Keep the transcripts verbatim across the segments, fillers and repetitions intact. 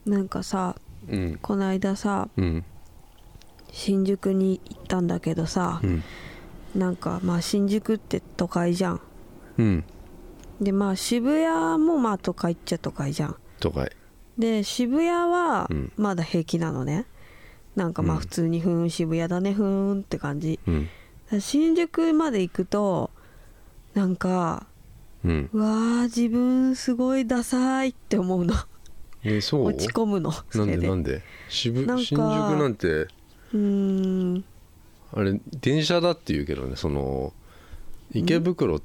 なんかさ、うん、この間さ、うん、新宿に行ったんだけどさ、うん、なんかまあ新宿って都会じゃん、うん、でまあ渋谷もまあ都会っちゃ都会じゃん。 都会で渋谷はまだ平気なのね、うん、なんかまあ普通にふーん渋谷だねふーんって感じ、うん、新宿まで行くとなんか、うん、うわー自分すごいダサいって思うの。 えそう落ち込むの。それでなんでなんで渋なん新宿なんてうーんあれ電車だって言うけどね、その池袋って、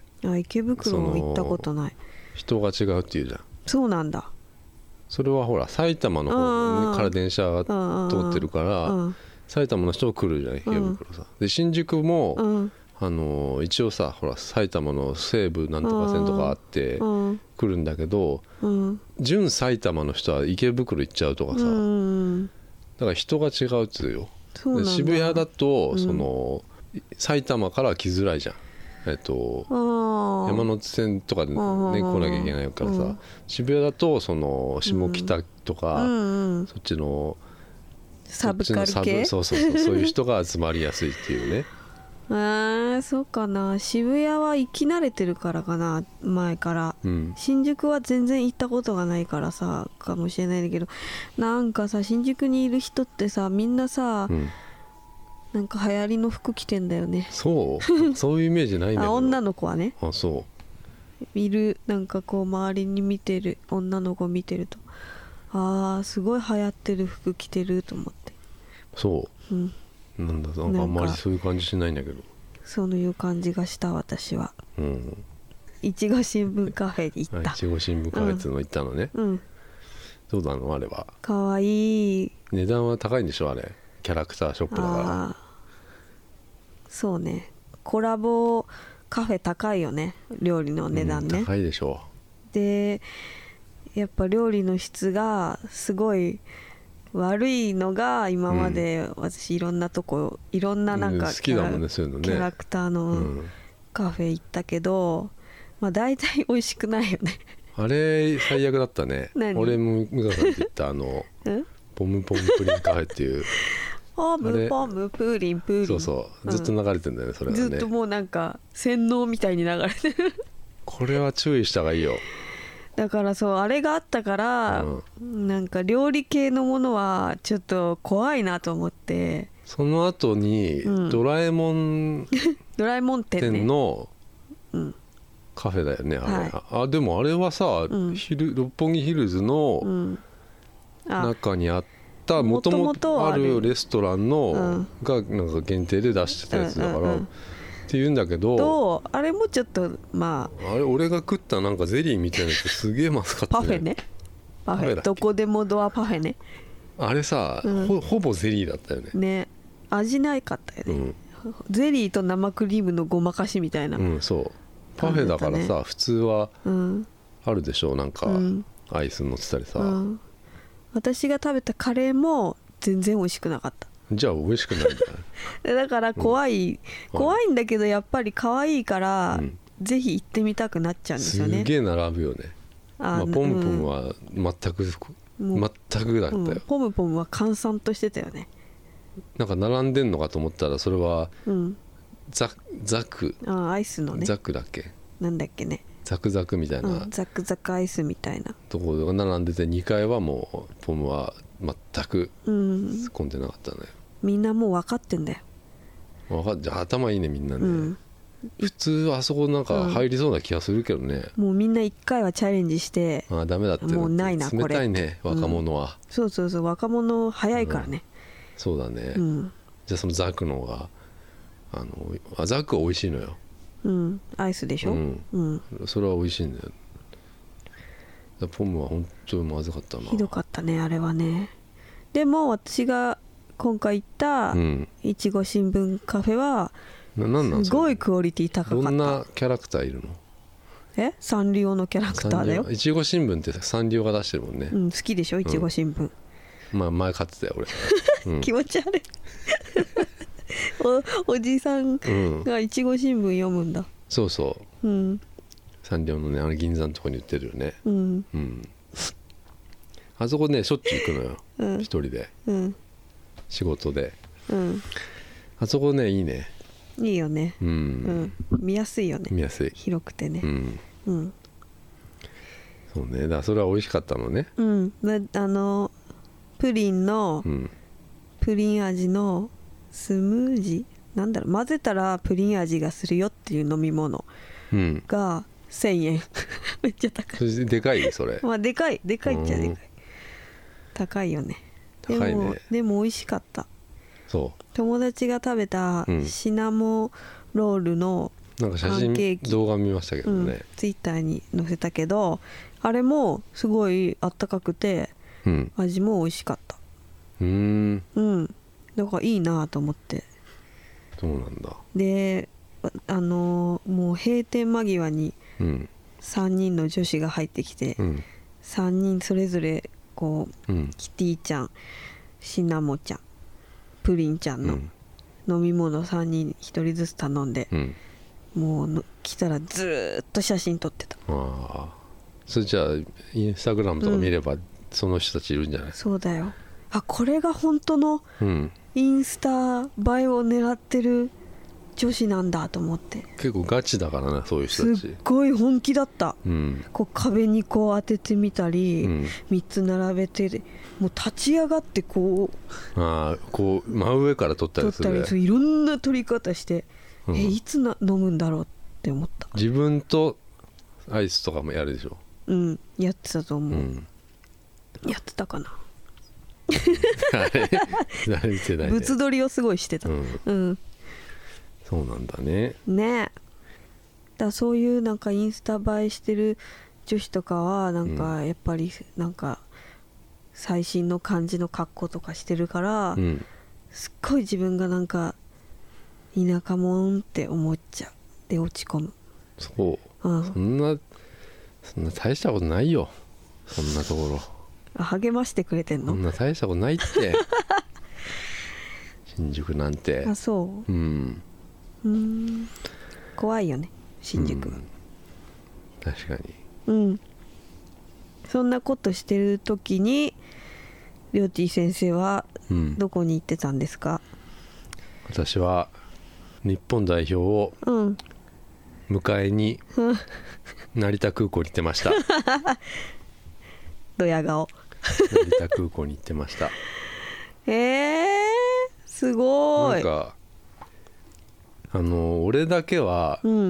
あ池袋も行ったことない。 人が違うって言うじゃん。 そうなんだ。 それはほら埼玉の方から電車が通ってるから埼玉の人来るじゃん池袋さ。で新宿も、うん、あの一応さほら埼玉の西武なんとか線とかあって来るんだけど、うん、純埼玉の人は池袋行っちゃうとかさ、うん、だから人が違うっつうよ。で渋谷だと、うん、その埼玉から来づらいじゃん。えっと、山手線とかで、ね、来なきゃいけないからさ、うん、渋谷だとその下北とか、うん、そっちのサブカル系そうそうそうそういう人が集まりやすいっていうね。 あーそうかな。渋谷は行き慣れてるからかな前から、うん、新宿は全然行ったことがないからさかもしれないんだけど、なんかさ新宿にいる人ってさみんなさ、うんなんか流行りの服着てんだよね。 そうそういうイメージないんだけど。 あ女の子はね。 あそういるなんかこう周りに見てる女の子見てるとあーすごい流行ってる服着てると思って。 そう、うん、なんだなんかあんまりそういう感じしないんだけど。 そういう感じがした私は。うん。いちご新聞カフェに行った。 いちご新聞カフェっていうの行ったのね。うん。どうなのあれは。 かわいい。 値段は高いんでしょあれ。キャラクターショップだから。 そうねコラボカフェ高いよね料理の値段ね、 うん、高いでしょう。でやっぱ料理の質がすごい悪いのが今まで私いろんなとこいろんななんかキャラ、うん好きだもんね、そういうのね、 キャラクターのカフェ行ったけど、うん、まあ大体美味しくないよね。 あれ最悪だったね。俺もムカさんって言ったあのポムポムプリンカフェっていうポムポムプリンプリンそうそうずっと流れてんだよね、うん、それはねずっともうなんか洗脳みたいに流れてるこれは注意した方がいいよ。 だからそうあれがあったから、うん、なんか料理系のものはちょっと怖いなと思ってその後に、うん、ドラえもんドラえもん店のカフェだよね、あれ、はい、あでもあれはさ、うん、六本木ヒルズの中にあったもともとあるレストランのがなんか限定で出してたやつだから、うんうんうん、っていうんだけどどうあれもちょっとまああれ俺が食ったなんかゼリーみたいなやつすげえまずかったね。 パフェねパフェどこでもドアパフェねあれさ、うん、ほ, ほぼゼリーだったよね。 ね味ないかったよね、うん、ゼリーと生クリームのごまかしみたいな、 うん、そうパフェだからさ、ね、普通はあるでしょなんか、うん、アイス乗ってたりさ、うん、 私が食べたカレーも全然美味しくなかった。 じゃあ美味しくないんだねだから怖い、うん、怖いんだけどやっぱり可愛いから、うん、ぜひ行ってみたくなっちゃうんですよね。 すげえ並ぶよね。あ、まあ、ポムポムは全く、うん、全くだったよ、うん、 ポムポムは閑散としてたよね。 なんか並んでんのかと思ったらそれは、うん、ザ, ザクあアイスのねザクだっけなんだっけねザクザクみたいな、 うん、ザクザクアイスみたいなところが並んでてにかいはもうポムは全く突っ込んでなかったね、 うん、みんなもう分かってんだよ。 分かっじゃあ頭いいねみんなね、うん、普通あそこなんか入りそうな気がするけどね、 うん、もうみんないっかいはチャレンジしてあダメだってもうないなこれ冷たいね若者は、 うん、そうそうそう若者早いからね、 うん、そうだね、うん、じゃあそのザクのがあのあザクは美味しいのよ。 うんアイスでしょ、うんうん、 それは美味しいんだよ。だポムは本当にまずかったな。 ひどかったねあれはね。でも私が今回行ったいちご新聞カフェはすごいクオリティ高かった。 どんなキャラクターいるの？ えサンリオのキャラクターだよ。 いちご新聞ってサンリオが出してるもんね、 うん、好きでしょいちご新聞、 うん、まあ前買ってたよ俺、 うん、気持ち悪いお, おじさんがいちご新聞読むんだ、うん、 そうそう、うん、サンリオのねあの銀座のとこに売ってるよね、うんうん、 あそこねしょっちゅう行くのよ、 うん、 一人で、 うん、 仕事で、 うん、 あそこねいいね。 いいよね、 うん、 うん、見やすいよね。 見やすい、 広くてね、 うんうん、 そうね。だからそれは美味しかったのね。 うん、あのプリンの、 うん、 プリン味のスムージーなんだろう、混ぜたらプリン味がするよっていう飲み物がせんえんめっちゃ高い。 それでかいそれ。 まあでかいでかいっちゃでかい、高いよね。でも高いね。 でも美味しかった。 そう。 友達が食べたシナモンロールのパンケーキ、 なんか写真動画見ましたけどね、うん、 ツイッターに載せたけど、あれもすごいあったかくて、うん、味も美味しかった。うーん、うん、だからいいなと思って。 そうなんだ。 であのー、もう閉店間際にさんにんの女子が入ってきて、うん、さんにんそれぞれこう、うん、キティちゃん、シナモちゃん、プリンちゃんの飲み物さんにんひとりずつ頼んで、うん、もう来たらずーっと写真撮ってた。 あ、それじゃあインスタグラムとか見れば、うん、その人たちいるんじゃない？ そうだよ。あ、これが本当のインスタ映えを狙ってる女子なんだと思って。 結構ガチだからな、そういう人たち。 すっごい本気だった、 うん、 こう壁にこう当ててみたり、うん、みっつ並べてもう立ち上がってこう、あ、こう真上から撮ったりする、撮ったりする、 いろんな撮り方して、うん、えいつな飲むんだろうって思った。 自分とアイスとかもやるでしょ。 うん、やってたと思う、うん、やってたかなあれ慣れてないね。 物撮りをすごいしてた、うん、うん、 そうなんだね。 ね、だそういうなんかインスタ映えしてる女子とかはなんかやっぱりなんか最新の感じの格好とかしてるから、うん、すっごい自分がなんか田舎もんって思っちゃう。で落ち込む。 そう、うん、そんなそんな大したことないよ、そんなところ。 あ、励ましてくれてんの？ そんな大したことないって新宿なんて。 あ、そう、うん、うーん、怖いよね新宿は、うん、 確かに。 うん、そんなことしてる時にりょうてぃ先生はどこに行ってたんですか？ うん、私は日本代表を迎えに成田空港に行ってましたドヤ顔成田空港に行ってましたえー、すごい。 なんかあの俺だけは、うん、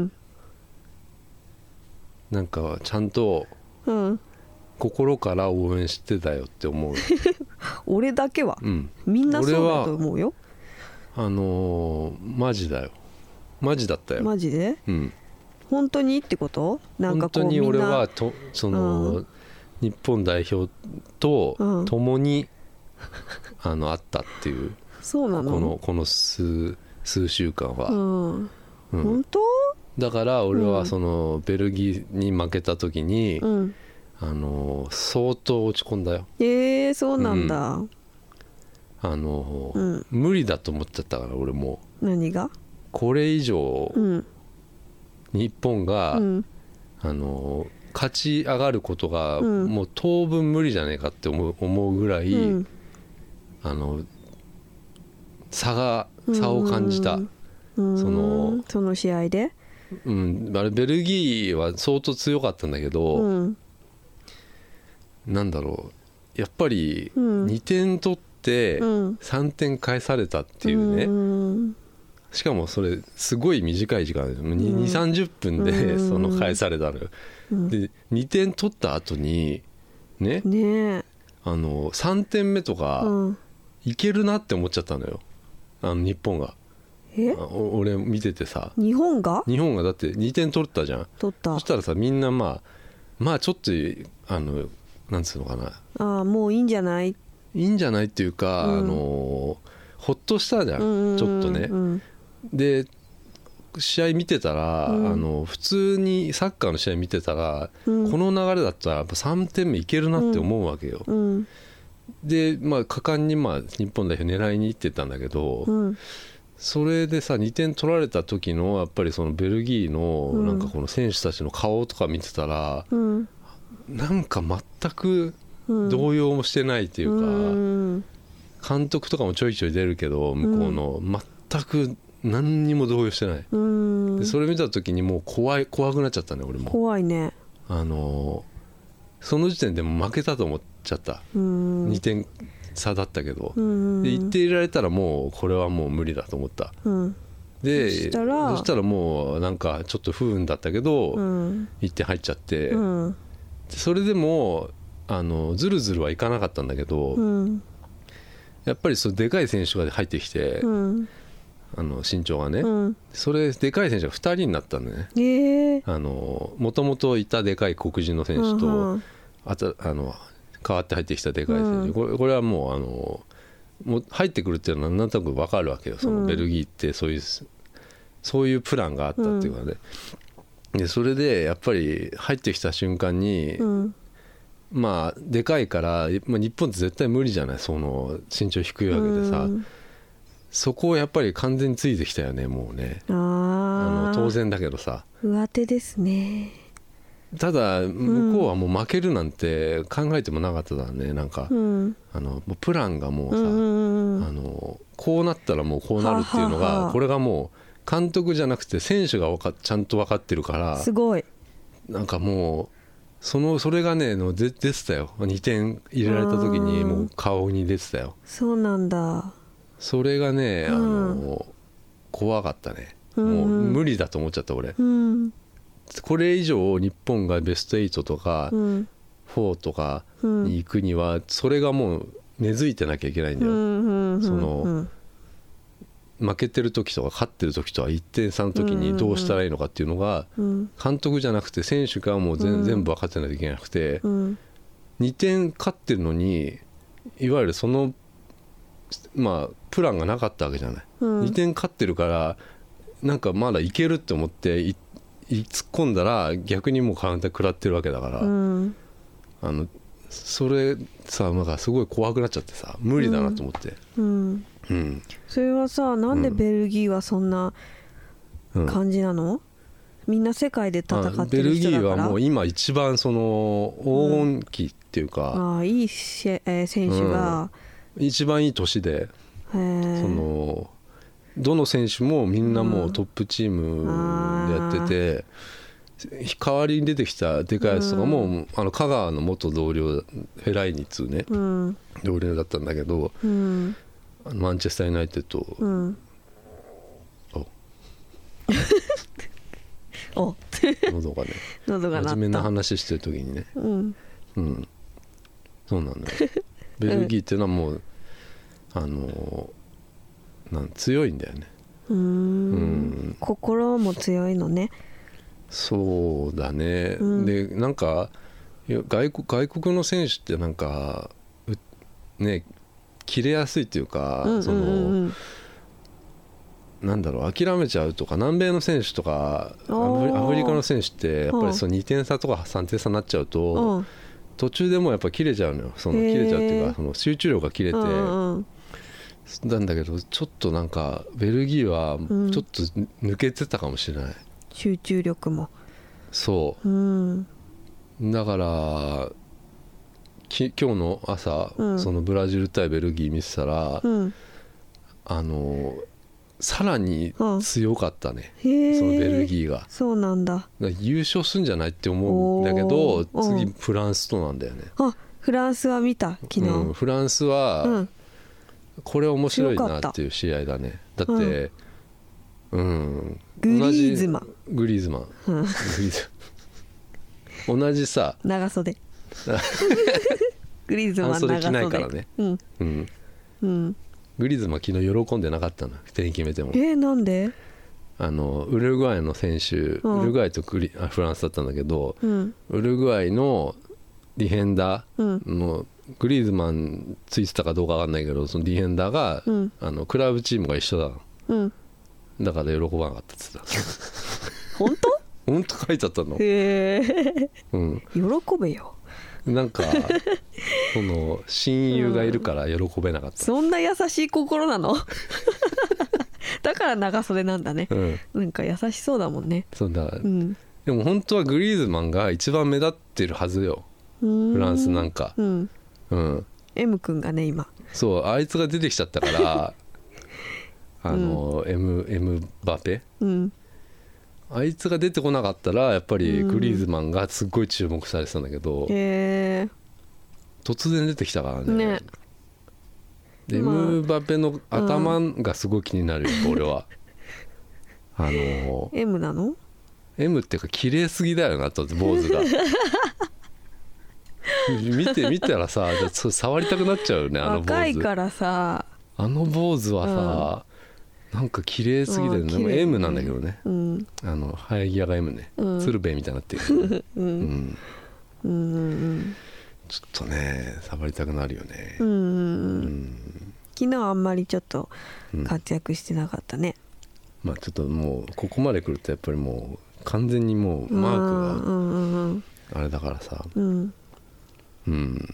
なんかちゃんと心から応援してたよって思う俺だけは、うん、みんなそうだと思うよ。 あのー、マジだよ、マジだったよ。 マジで、うん、本当にってこと？なんかこう本当に俺はとその、うん、日本代表と共に、うん、あのあったっていう。 そうなの？ このこの数数週間は、うんうん、本当？ だから俺はその、うん、ベルギーに負けた時に、うん、あの相当落ち込んだよ。 えー、そうなんだ、うん、 あの、うん、無理だと思っちゃったから俺も。 何が？これ以上、うん、日本が、うん、あの勝ち上がることが、うん、もう当分無理じゃねえかって思う、思うぐらい、うん、あの差が差を感じた、 うん、そのその試合で、 うん、あれベルギーは相当強かったんだけど、うん、なんだろう、やっぱりにてん取ってさんてん返されたっていうね、うん、しかもそれすごい短い時間でにじゅう、さんじゅっぷんでその返されたのよ、うん、でにてん取った後に ね, ねあのさんてんめとかいけるなって思っちゃったのよ、あの日本が。 え俺見ててさ、 日本が日本がだってにてん取ったじゃん。 取った。 そしたらさ、みんなまあまあちょっとあのなんつうのかな、 ああもういいんじゃないいいんじゃないっていうか、うん、あのほっとしたじゃん、うん、ちょっとね、うん、で試合見てたら、うん、あの普通にサッカーの試合見てたら、うん、この流れだったらやっぱさんてんめいけるなって思うわけよ、うんうん、でまあ果敢にまあ日本代表狙いに行ってたんだけど、うん、それでさにてん取られた時のやっぱりそのベルギーのなんかこの選手たちの顔とか見てたら、うん、なんか全く動揺もしてないっていうか、 うん、 監督とかもちょいちょい出るけど向こうの、全く何にも動揺してない、うん、でそれ見た時にもう怖い怖くなっちゃったね俺も。 怖いね。 あのその時点でも負けたと思っちゃった、うん、にてん差だったけど、うん、でいっていられたらもうこれはもう無理だと思った、うん、でそしたら、そしたらもうなんかちょっと不運だったけど、うん、いってん入っちゃって、うん、それでもあのずるずるはいかなかったんだけど、うん、やっぱりそのでかい選手が入ってきて、うん、あの身長がね、うん、それでかい選手がふたりになったんだね、えー、あのもともといたでかい黒人の選手と、うん、あとあの変わって入ってきたでかい選手、うん、これ、これはもうあのもう入ってくるっていうのはなんとなく分かるわけよ。そのベルギーってそういう、そういうプランがあったっていうかね、うん、でそれでやっぱり入ってきた瞬間に、うん、まあでかいから、まあ、日本って絶対無理じゃない、その身長低いわけでさ、うん、そこをやっぱり完全についてきたよねもうね。ああの当然だけどさ、 上手ですね。 ただ向こうはもう負けるなんて考えてもなかっただね。なんか、うん、あのもうプランがもうさ、うん、あのこうなったらもうこうなるっていうのが、はははこれがもう監督じゃなくて選手がわかちゃんと分かってるから、 すごいなんかもうそのそれがねの出てたよ。にてん入れられた時にもう顔に出てたよ。 そうなんだ。 それがね、あの、うん、怖かったね。もう無理だと思っちゃった俺、うん、これ以上日本がベストエイトとか、うん、フォーとかに行くにはそれがもう根付いてなきゃいけないんだよ、うん、その、うん、負けてる時とか勝ってる時とはいってん差の時にどうしたらいいのかっていうのが、うん、監督じゃなくて選手がもう 全,、うん、全部分かってないといけなくて、うん、にてん勝ってるのにいわゆるそのまあプランがなかったわけじゃない、うん、にてん勝ってるからなんかまだいけるって思ってい突っ込んだら逆にもうカウンター食らってるわけだから、うん、あのそれさなんかすごい怖くなっちゃってさ無理だなと思って、うんうん、それはさなんでベルギーはそんな感じなの、うん、みんな世界で戦ってる人だから。ベルギーはもう今一番その黄金期っていうか、うん、 あいいし、えー、選手が、 うん、一番いい年でそのどの選手もみんなもうトップチームでやってて、うん、代わりに出てきたでかいやつとかも、うん、あの香川の元同僚フェライニっつうね、うん、同僚だったんだけど、うん、あのマンチェスターユナイテッド、うん、おお喉がね喉が鳴った。 真面目な話してる時にね、うんうん、そうなんだよベルギーっていうのはもうあのなん強いんだよね。うーん、うん、 心も強いのね。 そうだね、うん、でなんか外国、外国の選手ってなんかね切れやすいっていうか、うんうんうん、そのなんだろう諦めちゃうとか、南米の選手とかアフリカの選手ってやっぱりそのにてん差とかさんてん差になっちゃうと途中でもうやっぱ切れちゃうのよ。その切れちゃうっていうかその集中力が切れて、うんうんなんだけどちょっとなんかベルギーはちょっと抜けてたかもしれない、うん、 集中力もそう、うん、だからき今日の朝、うん、そのブラジル対ベルギー見てたら、うん、あのさらに強かったね、うん、そのベルギーが。 そうなんだ。 優勝するんじゃないって思うんだけど次フランスとなんだよね。 あフランスは見た昨日、うん、 フランスは、うんこれ面白いなっていう試合だね。だって、うんうん、 グリーズマングリーズマン、うん、グリーズ同じさ長袖グリーズマン長袖半袖着ないからね、うんうんうん、グリーズマン昨日喜んでなかったの点決めても。 えー、なんであのウルグアイの選手、うん、ウルグアイとグリあフランスだったんだけど、うん、ウルグアイのディフェンダーの、うんグリーズマンついてたかどうか分かんないけどそのディフェンダーが、うん、あのクラブチームが一緒だ、うん、だから喜ばなかったって言ってた本当本当書いてあったの。 へえ、うん、喜べよ。 なんかその親友がいるから喜べなかった、うん、 そんな優しい心なのだから長袖なんだね、うん、なんか優しそうだもんね。 そうだ、うん、でも本当はグリーズマンが一番目立ってるはずよフランスなんか、うん、 うん、 M 君がね今そうあいつが出てきちゃったからあの、うん、M, M バペ、うん、あいつが出てこなかったらやっぱりグリーズマンがすっごい注目されてたんだけど、うん、へ突然出てきたからね。ねで、まあ、M バペの頭がすごい気になるよ、うん、俺はあの M なの M っていうか綺麗すぎだよなと坊主が見て見たらさ触りたくなっちゃうよねあの坊主。 若いからさあの坊主はさ、うん、なんか綺麗すぎだよね。でも M なんだけどね、うん、あの生え際が M ね、うん、鶴瓶みたいになってる、うんうんうんうん、ちょっとね触りたくなるよね、うんうん、 昨日あんまりちょっと活躍してなかったね、 うん、まあちょっともうここまで来るとやっぱりもう完全にもうマークがあれだからさ、うんうん、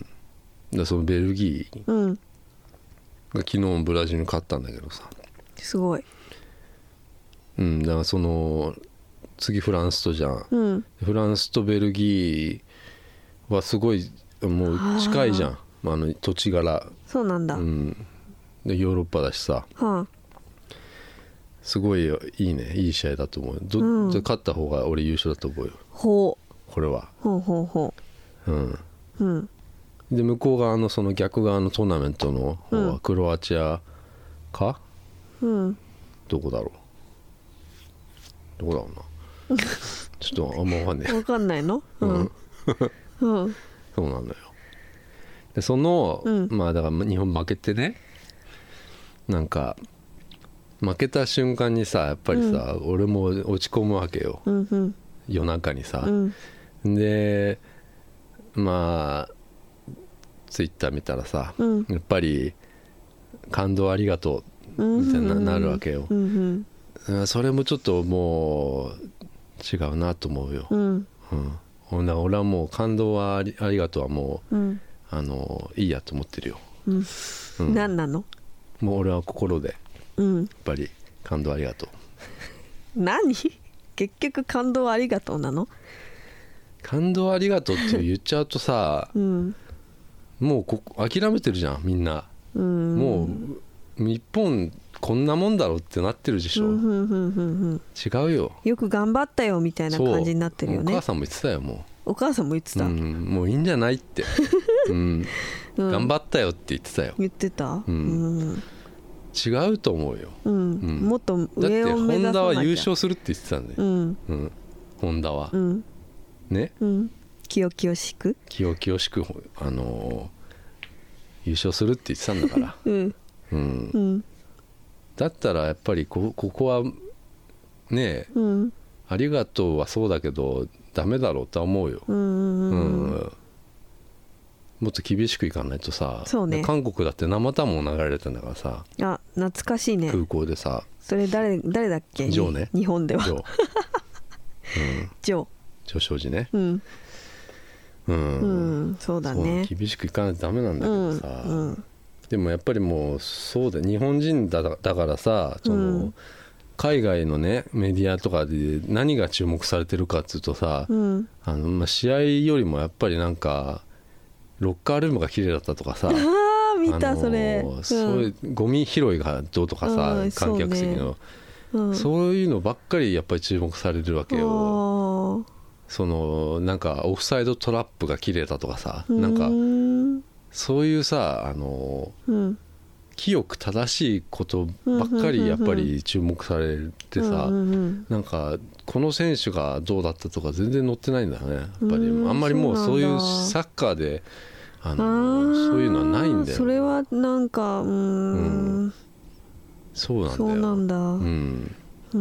でそのベルギーが昨日ブラジルに勝ったんだけどさ、 すごい、 うん、だからその次フランスとじゃん、うん、フランスとベルギーはすごいもう近いじゃん、あの土地柄。 そうなんだ、うん、 でヨーロッパだしさ、はあ、すごいいいね、いい試合だと思うど、うん、勝った方が俺優勝だと思うよ。 ほうこれはほうほうほう、うんうん、で向こう側のその逆側のトーナメントの方はクロアチアか、うん、どこだろうどこだろうなちょっとあんま分かんない分かんないの、うんうん、 そうなんだよ。でその、うん、まあだから日本負けてね、なんか負けた瞬間にさやっぱりさ、うん、俺も落ち込むわけよ、うんうん、夜中にさ、うん、でまあツイッター見たらさ、うん、やっぱり感動ありがとうみたいに な,、うんうん、なるわけよ、うんうん、それもちょっともう違うなと思うよ、うんうん、俺はもう感動はあ り, ありがとうはもう、うん、あのいいやと思ってるよ、うんうん、何なの。 もう俺は心で、うん、やっぱり感動ありがとう何結局感動ありがとうなの。 感動ありがとうって言っちゃうとさ、うん、もうこ諦めてるじゃんみんな、うん、もう日本こんなもんだろってなってるでしょ、うんうんうんうん、違うよ、 よく頑張ったよみたいな感じになってるよね。 お母さんも言ってたよ。もうお母さんも言ってた、うん、 もういいんじゃないって、うんうん、頑張ったよって言ってたよ。 言ってた、うんうん、違うと思うよ、うんうん、もっと上を目指さなきゃ。 だってホンダは優勝するって言ってたんだよ、うんうん、ホンダは、うんね、うん、 清々しく清々しく、あのー、優勝するって言ってたんだから、うんうんうん、だったらやっぱり こ, ここはね、うん、ありがとうはそうだけどダメだろうとは思うよ、うんうんうんうん、もっと厳しくいかないとさ、そうね、韓国だって生卵も流れてんだからさ。 あ、懐かしいね。 空港でさ、 それ 誰, 誰だっけ。 ジョーね、 日本ではジョー、うん、 ジョージョー庄司ね、 うんうんうん、そうだね。 そう厳しくいかないとダメなんだけどさ、うんうん、でもやっぱりもうそうだ、日本人 だ, だからさ、その、うん、海外のねメディアとかで何が注目されてるかっていうとさ、うん、あのまあ、試合よりもやっぱりなんかロッカールームが綺麗だったとかさ、 あ見た、あのー、それ、うん、 そういうゴミ拾いがどうとかさ、うん、観客席の、そうね、うん、そういうのばっかりやっぱり注目されるわけよ。そのなんかオフサイドトラップが綺麗だとかさ、なんかそういうさ、あの、うん、清く正しいことばっかりやっぱり注目されてさ、なんかこの選手がどうだったとか全然載ってないんだよね。やっぱりあんまりもうそういうサッカーであのそういうのはないんだよ。 それはなんかうーん、うん、 そうなんだよ。 そうなんだ、 うんうん、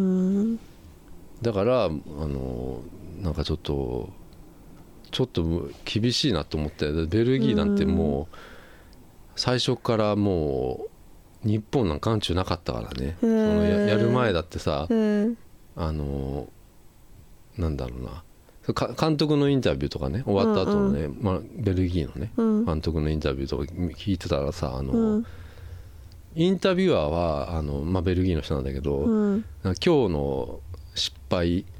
だからあのなんかちょっとちょっと厳しいなと思って、ベルギーなんてもう最初からもう日本なんか眼中なかったからね。その や, やる前だってさ、あのなんだろうな、監督のインタビューとかね、終わった後のね、うんうん、まあ、ベルギーのね、うん、監督のインタビューとか聞いてたらさ、あの、うん、インタビュアーはあの、まあ、ベルギーの人なんだけど、うん、今日の失敗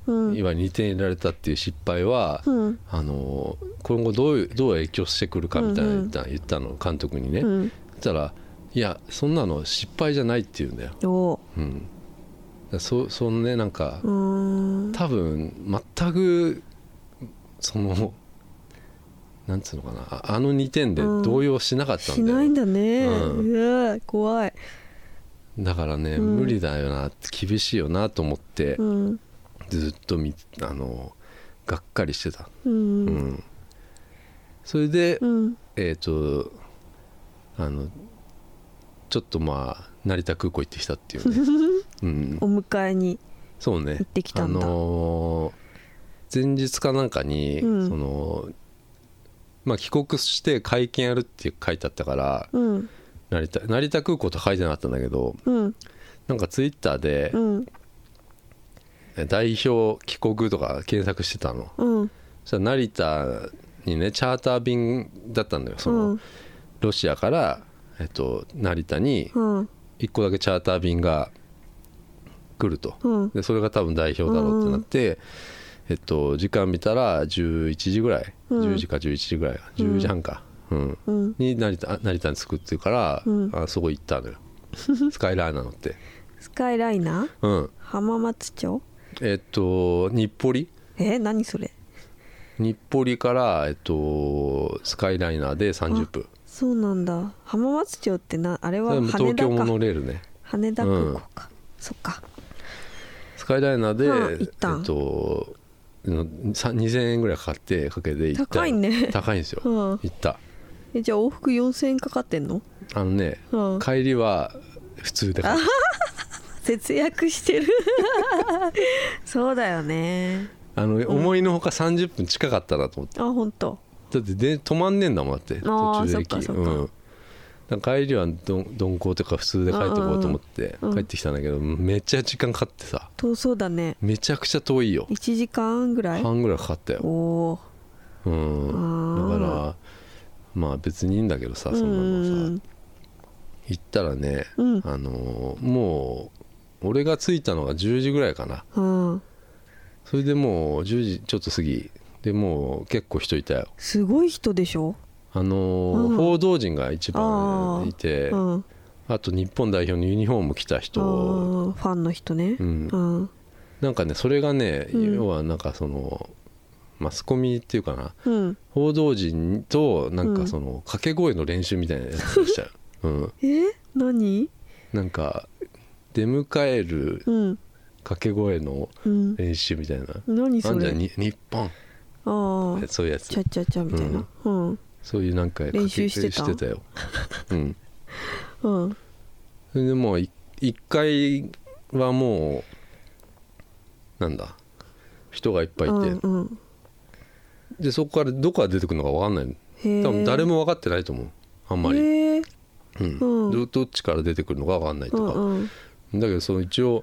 うん、 いわゆるにてん入れられたっていう失敗は、 うん、 あの今後どういうどう影響してくるかみたいな言った、うんうん、言ったの監督にね、うん、そしたらいやそんなの失敗じゃないって言うんだよ。お、うん、だそそのねなんか多分全くそのなんつうのかなあのにてんで動揺しなかったんだよ、 うん、しないんだね、うん、うわ怖い。 だからね、うん、無理だよな厳しいよなと思って、うん、ずっとみあのがっかりしてた、うんうん、それで、うん、えっとあのちょっとまあ成田空港行ってきたっていうね、うん、 お迎えにそうね行ってきたんだ。 あのー、前日かなんかに、うん、そのまあ、帰国して会見やるって書いてあったから、うん、成田、成田空港と書いてなかったんだけど、うん、なんかツイッターで、うん、代表帰国とか検索してたの、うん、そしたら成田にねチャーター便だったんだよ。その、うん、ロシアから、えっと、成田にいっこだけチャーター便が来ると、うん、でそれが多分代表だろうってなって、うんえっと、時間見たらじゅういちじぐらい、うん、じゅうじかじゅういちじぐらいじゅうじはんか、うんうん、に成田、成田に着くっていうから、うん、あそこ行ったのよスカイライナー乗ってスカイライナー、うん、浜松町えっと日暮里え何それ日暮里から、えっと、スカイライナーでさんじゅっぷん。 そうなんだ。浜松町ってなあれは羽田か東京モノレールね。 羽田空港か、うん、そっか。 スカイライナーで、 はあ、行ったんえっとにせんえんぐらいかかってかけて行った。 高いね。 高いんですよ、はあ、行った。 えじゃあ往復よんせんえんかかってんの？ あのね、はあ、帰りは普通でかか節約してるそうだよね。 あの、うん、思いのほかさんじゅっぷん近かったなと思って。 あ本当。 だってで止まんねえんだもんだって途中で駅。 あそっかそっか、うん帰りは鈍行とか普通で帰ってこうと思って帰ってきたんだけど、うん、めっちゃ時間かかってさ。 遠そうだね。 めちゃくちゃ遠いよ。 いちじかんぐらい半ぐらいかかったよ。おー、うん、だからまあ別にいいんだけどさそんなのさ行ったらね、うん、あのもう俺が着いたのがじゅうじぐらいかな、うん、それでもうじゅうじちょっと過ぎでもう結構人いたよ。 すごい人でしょ。 あのーうん、報道陣が一番いて あ,、うん、あと日本代表のユニフォーム着た人ファンの人ね、うんうん、 なんかねそれがね、うん、要はなんかそのマスコミっていうかな、うん、報道陣となんかその掛け声の練習みたいなやつをしちゃう、うん、 え何なんか出迎える掛け声の練習みたいな、 うん、何それ。 なんじゃに日本あそういうやつチャチャチャみたいな、うんうんそういうなんか練習してたしてたようん、うん、それでもういっかいはもうなんだ人がいっぱいいて、うんうん、でそこからどこから出てくるのか分かんない多分誰も分かってないと思うあんまり、うんうん、ど, どっちから出てくるのか分かんないとか、うんうん、だけどその一応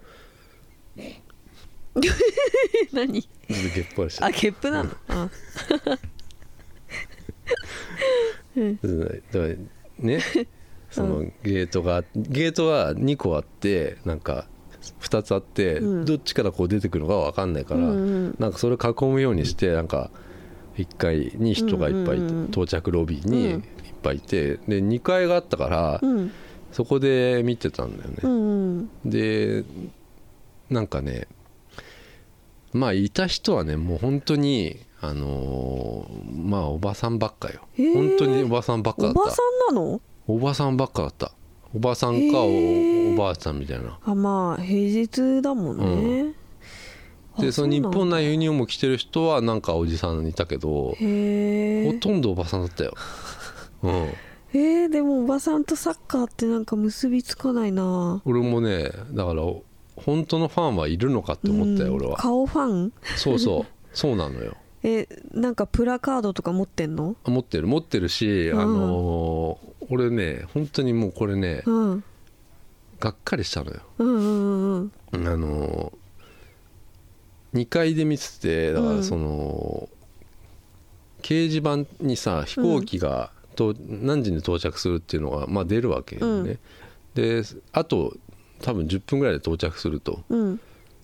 何ゲップあるしあゲップなの、うん、あうん、だからねそのゲートがゲートはにこあってなんかふたつあって、うん、どっちからこう出てくるのか分かんないから、うんうん、なんかそれ囲むようにしてなんかいっかいに人がいっぱいいて、うんうんうん、到着ロビーにいっぱいいてでにかいがあったから、うん、そこで見てたんだよね、うんうん、でなんかねまあいた人はねもう本当にあのー、まあおばさんばっかよ。本当におばさんばっかだった。 おばさんなの？ おばさんばっかだった。おばさんか お, おばあさんみたいな。 あまあ平日だもんね、 うん、でその日本のユニフォーム着てる人はなんかおじさんいたけどほとんどおばさんだったよ、うん、 えー、でもおばさんとサッカーってなんか結びつかないな。 俺もねだから本当のファンはいるのかって思ったよ、うん、俺は。 顔ファンそうそうそうなのよ。 えなんかプラカードとか持ってんの？ 持ってる持ってるし、うん、あのー、俺ね本当にもうこれね、うん、がっかりしたのよ、うんうんうん、あのー、にかいで見ててだからその、うん、掲示板にさ飛行機がと、何時に到着するっていうのが、まあ、出るわけよね、うん、であと多分じゅっぷんぐらいで到着すると、うん、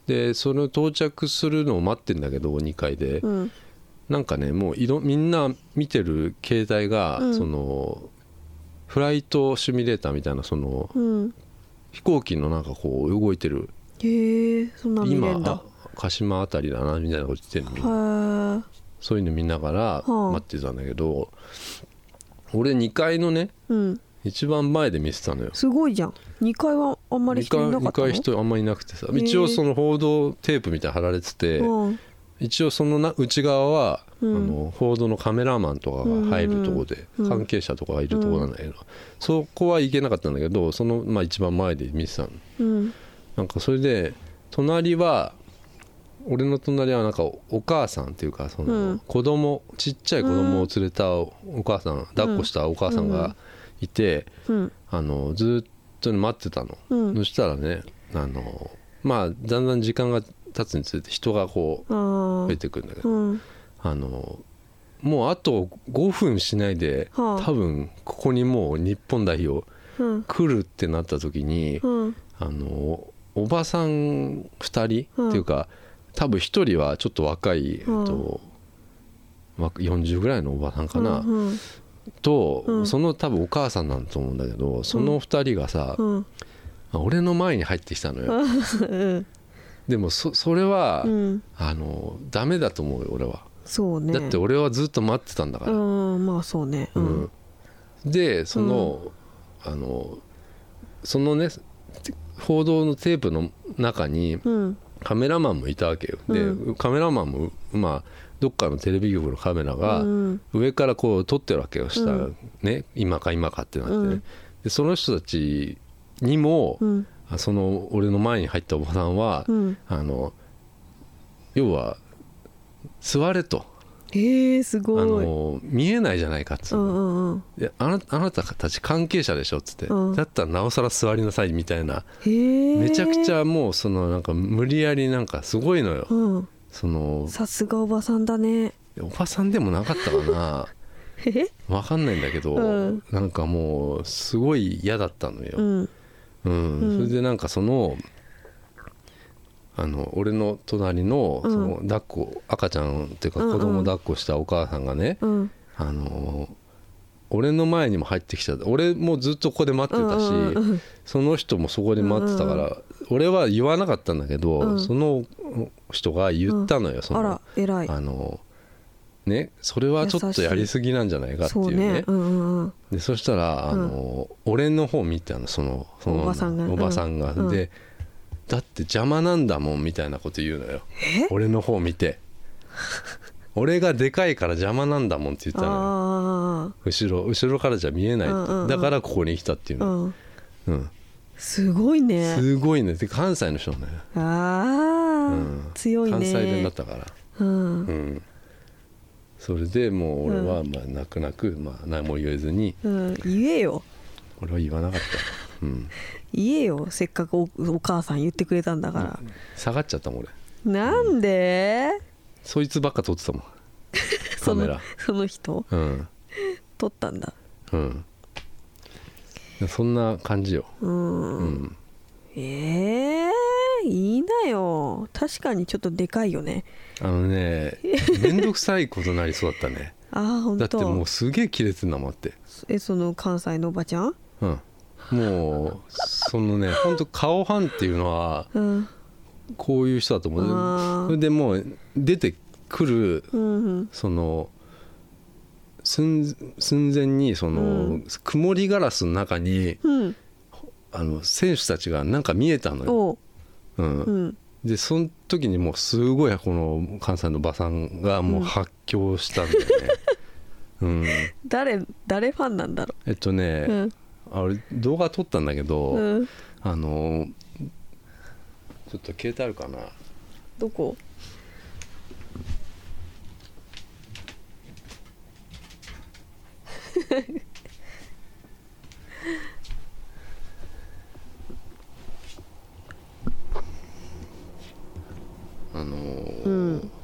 でその到着するのを待ってんだけどにかいで、うん、なんかねもういろみんな見てる携帯が、うん、そのフライトシミュレーターみたいなその、うん、飛行機のなんかこう動いてる、 へえそんな見れんだ、 今鹿島あたりだなみたいなこと言ってるの、そういうの見ながら待ってたんだけど、はあ、俺にかいのね、うん、一番前で見てたのよ。 すごいじゃん。にかいはあんまり人いなかったの？ にかい人あんまりいなくてさ、一応その報道テープみたいな貼られてて、うん、一応そのな内側は、うん、あの報道のカメラマンとかが入るとこで、うん、関係者とかがいるとこなんだけど、うん、そこは行けなかったんだけど、その、まあ、一番前で見てたの、うん、なんかそれで隣は俺の隣はなんかお母さんっていうかその子供、ちっちゃい子供を連れたお母さん、抱っこしたお母さんがいて、あのずっと待ってたの、そしたらねあのまあだんだん時間が経つにつれて人がこう増えてくるんだけど、あのもうあとごふんしないで多分ここにもう日本代表来るってなった時に、あのおばさんふたりっていうか多分ひとりはちょっと若い、えっと、よんじゅうぐらいのおばさんかな、うんうん、と、うん、その多分お母さんなんだと思うんだけど、そのふたりがさ、うん、俺の前に入ってきたのよ、うん、でも そ, それは、うん、あのダメだと思うよ俺は。 そうね、 だって俺はずっと待ってたんだから、 うん、まあそうね、うんうん、でその、うん、あのそのね報道のテープの中に、うんカメラマンもいたわけよ。で、うん、カメラマンも、まあ、どっかのテレビ局のカメラが上からこう撮ってるわけよ、下、うん、ね、今か今かってなってね、うん、でその人たちにも、うん、その俺の前に入ったおばさんは、うん、あの要は座れと、 えー、すごい、 あの見えないじゃないかっつうの、うんうんうん、であな、あなたたち関係者でしょっつって、うん、だったらなおさら座りなさいみたいな、めちゃくちゃもうそのなんか無理やりなんかすごいのよ、うん、そのさすがおばさんだね。 おばさんでもなかったかなえ分かんないんだけど、うん、なんかもうすごい嫌だったのよ、うんうん、それでなんかそのあの俺の隣 の, その抱っこ赤ちゃんっていうか子供抱っこしたお母さんがね、うんうん、あの俺の前にも入ってきちゃった。俺もずっとここで待ってたし、うんうん、その人もそこで待ってたから、うんうん、俺は言わなかったんだけど、うん、その人が言ったのよ、うん、そのあら偉い、 あのね、それはちょっとやりすぎなんじゃないかっていうね、 そうね、うんうん、でそしたらあの、うん、俺の方見てあのそのそのおばさんが、おばさんが、うん、でだって邪魔なんだもんみたいなこと言うのよ、俺の方見て俺がでかいから邪魔なんだもんって言ったのよ、後ろ後ろからじゃ見えないって、うんうん、だからここに来たっていうの、うんうん、 すごいねすごいね。で関西の人ね、 ああ、うん、強いね、 関西弁だったから、うんうん、それでもう俺はまあ泣く泣く、まあ、何も言えずに、 うん、言えよ。 俺は言わなかった、うん、 言えよ、せっかく お, お母さん言ってくれたんだから、うん、 下がっちゃったもん俺。 なんで、うん、 そいつばっか撮ってたもんカメラその人、うん、撮ったんだ、うん、 そんな感じよ、うん、 うん、えー、いいなよ。確かにちょっとでかいよね。 あのねめんどくさいことになりそうだったねあ、本当。 だってもうすげえキレてんだもんって。 え、その関西のおばちゃん、 うん、もうそのね本当顔ファンっていうのは、うん、こういう人だと思う。それでもう出てくる、うん、その寸, 寸前にその、うん、曇りガラスの中に、うん、あの選手たちがなんか見えたのよ、うんうん、でその時にもうすごいこの関西のおばさんがもう発狂したんだよね、うんうん、 誰誰ファンなんだろう。 えっとね、うん、あれ動画撮ったんだけど、うん、あのちょっと携帯あるかな。 どこあのーうん、えっ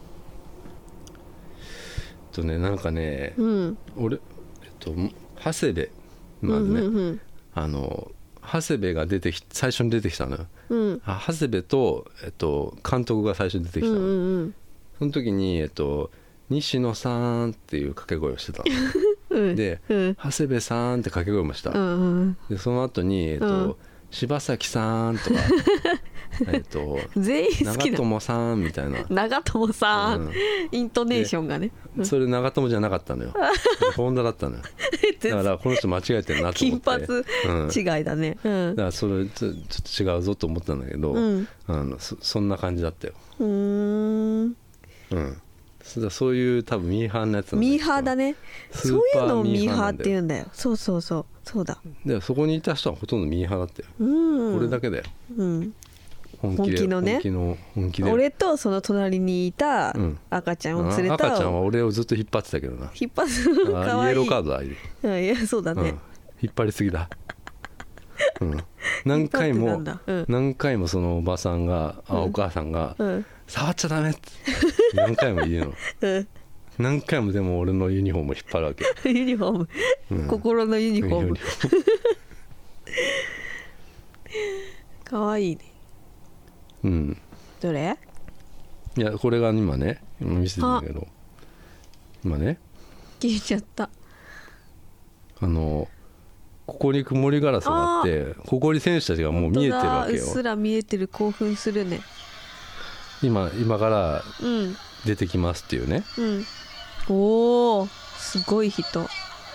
とねなんかね、うん、俺えっと長谷部まずね、うんうんうん、あの長谷部が出てき最初に出てきたのよ、 うん、 あ長谷部と、えっと、監督が最初に出てきたの、うんうんうん、その時に、えっと、西野さんっていう掛け声をしてたのうん、で、うん、長谷部さんって掛け声もした、うんうん、でその後に、えっとうん、柴咲さんとかえっと全員好きな長友さんみたいな長友さん、うん、イントネーションがね、 うん、それ長友じゃなかったのよ本田だったのよだからこの人間違えてるなと思って金髪違いだね、うん、 だからそれちょっと違うぞと思ったんだけど、うん、あの そ, そんな感じだったようーんうんそういう多分ミーハーなやつなんだミーハーだねそういうのをミーハーって言うんだよそうそうそうそうだでそこにいた人はほとんどミーハーだったよ、うん、俺だけだよ、うん、本気で本気のね本気の本気で俺とその隣にいた赤ちゃんを連れた、 うん、赤ちゃんは俺をずっと引っ張ってたけどな引っ張るかわいいイエローカードだいいやそうだね、うん、 引っ張りすぎだ、うん、何回も、うん、何回もそのおばさんが、うん、あお母さんが、うん、触っちゃダメって何回も言うの、うん、何回もでも俺のユニフォームを引っ張るわけユニフォーム、うん、心のユニフォームかわいいねうんどれいやこれが今ね今見せてるんだけど今ね消えちゃったあのここに曇りガラスがあってここに選手たちがもう見えてるわけようっすら見えてる興奮するね今今から出てきますっていうね、 うん、おおすごい人来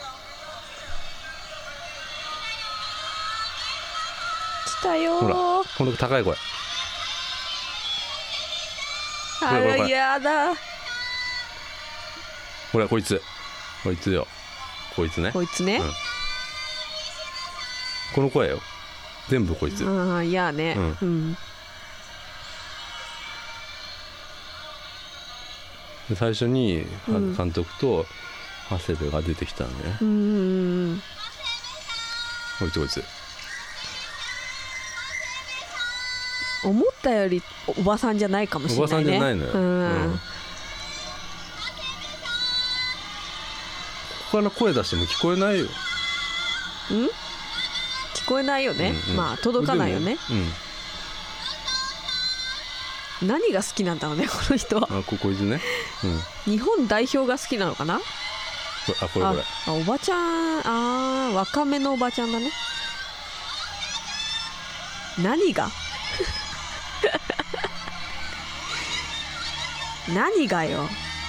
たよーほらこの高い声あらやだほらこいつこいつよこいつねこいつね、うん、 この声よ全部こいつああいやねうん、うんで最初に監督と長谷部が出てきたのね、うん、こいつこいつ思ったよりおばさんじゃないかもしれないねおばさんじゃないのよ、うんうん、ここから声出しても聞こえないよん聞こえないよね、うんうん、まあ届かないよね、うん、何が好きなんだろうねこの人はあ こ, こいつね、 うん、日本代表が好きなのかなあこれこれあ, あおばちゃんあ若めのおばちゃんだね何が何がよ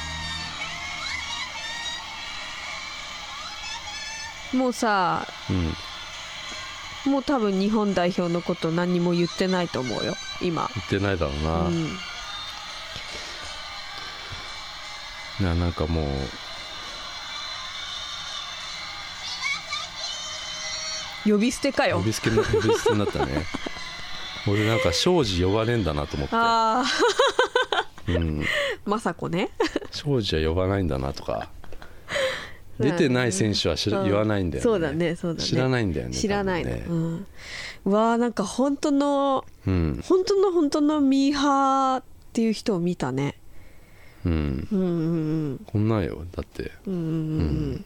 もうさ、うん、もう多分日本代表のこと何にも言ってないと思うよ今言ってないだろうな、うん、な, なんかもう呼び捨てかよ呼び捨て呼び捨てになったね俺なんか庄司呼ばねえんだなと思ってあうん、雅子ね庄司は呼ばないんだなとか出てない選手は知ら、うん、言わないんだよねそうだねそうだね知らないんだよね知らないの、ねうん、うわーなんか本当の、うん、本当の本当のミーハーっていう人を見たねうん、うんうんうん、 こんなんよだってうんうんうん